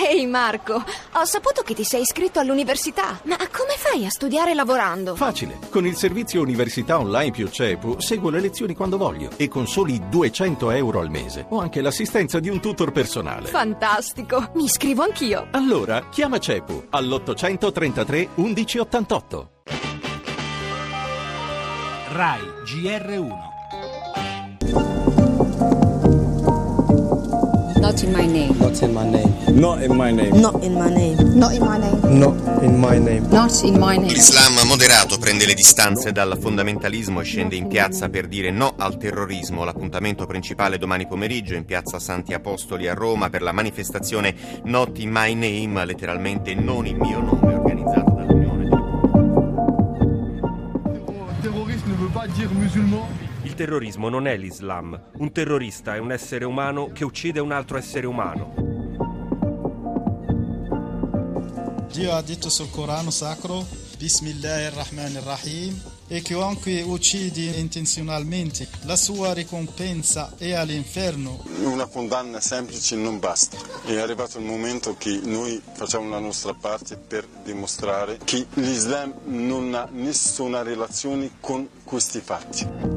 Ehi Marco, ho saputo che ti sei iscritto all'università. Ma come fai a studiare lavorando? Facile, con il servizio Università Online più CEPU seguo le lezioni quando voglio e con soli 200 euro al mese ho anche l'assistenza di un tutor personale. Fantastico, mi iscrivo anch'io. Allora chiama CEPU all'833 1188. RAI GR1. Not in my name. Not in my name. Not in my name. Not in my name. Not in my name. Not in my name. Not in my name. L'Islam moderato prende le distanze dal fondamentalismo e scende in piazza per dire no al terrorismo. L'appuntamento principale domani pomeriggio in piazza Santi Apostoli a Roma per la manifestazione Not in my name, letteralmente non il mio nome, organizzata dall'Unione delle Il terrorismo non è l'Islam. Un terrorista è un essere umano che uccide un altro essere umano. Dio ha detto sul Corano sacro, Bismillahirrahmanirrahim, e chiunque uccide intenzionalmente, la sua ricompensa è all'inferno. Una condanna semplice non basta. È arrivato il momento che noi facciamo la nostra parte per dimostrare che l'Islam non ha nessuna relazione con questi fatti.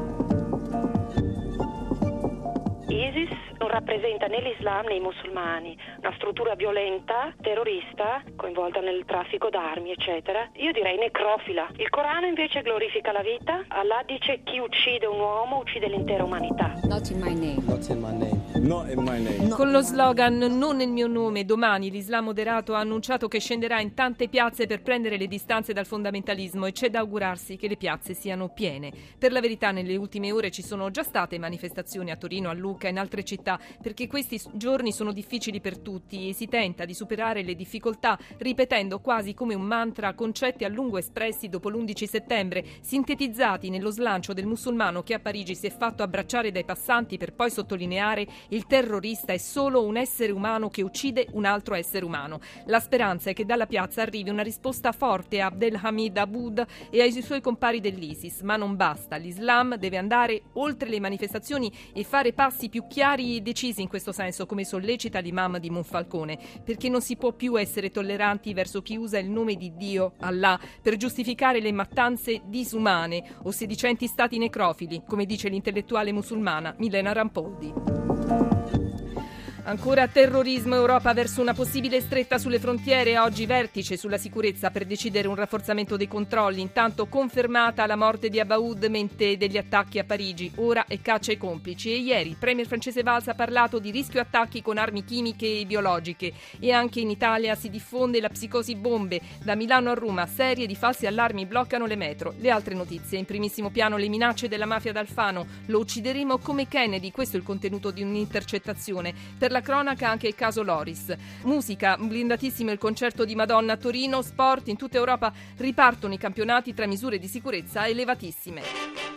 ISIS non rappresenta né l'Islam né i musulmani, una struttura violenta, terrorista, coinvolta nel traffico d'armi, eccetera. Io direi necrofila. Il Corano invece glorifica la vita. Allah dice chi uccide un uomo uccide l'intera umanità. Not in my name. Not in my name. Not in my name. Con lo slogan "Non nel mio nome", domani l'Islam moderato ha annunciato che scenderà in tante piazze per prendere le distanze dal fondamentalismo e c'è da augurarsi che le piazze siano piene. Per la verità, nelle ultime ore ci sono già state manifestazioni a Torino, a Lucca e in altre città, perché questi giorni sono difficili per tutti e si tenta di superare le difficoltà ripetendo quasi come un mantra concetti a lungo espressi dopo l'11 settembre, sintetizzati nello slancio del musulmano che a Parigi si è fatto abbracciare dai passanti per poi sottolineare: il terrorista è solo un essere umano che uccide un altro essere umano. La speranza è che dalla piazza arrivi una risposta forte a Abdelhamid Aboud e ai suoi compari dell'ISIS, ma non basta. L'Islam deve andare oltre le manifestazioni e fare passi più chiari e decisi in questo senso, come sollecita l'imam di Monfalcone, perché non si può più essere tolleranti verso chi usa il nome di Dio, Allah, per giustificare le mattanze disumane o sedicenti stati necrofili, come dice l'intellettuale musulmana Milena Rampoldi. Ancora terrorismo, Europa verso una possibile stretta sulle frontiere. Oggi vertice sulla sicurezza per decidere un rafforzamento dei controlli. Intanto confermata la morte di Abaoud mente degli attacchi a Parigi. Ora è caccia ai complici. E ieri il premier francese Valls ha parlato di rischio attacchi con armi chimiche e biologiche. E anche in Italia si diffonde la psicosi bombe. Da Milano a Roma serie di falsi allarmi bloccano le metro. Le altre notizie: in primissimo piano le minacce della mafia d'Alfano. Lo uccideremo come Kennedy. Questo è il contenuto di un'intercettazione. Per la cronaca anche il caso Loris. Musica, blindatissimo il concerto di Madonna a Torino. Sport, in tutta Europa ripartono i campionati tra misure di sicurezza elevatissime.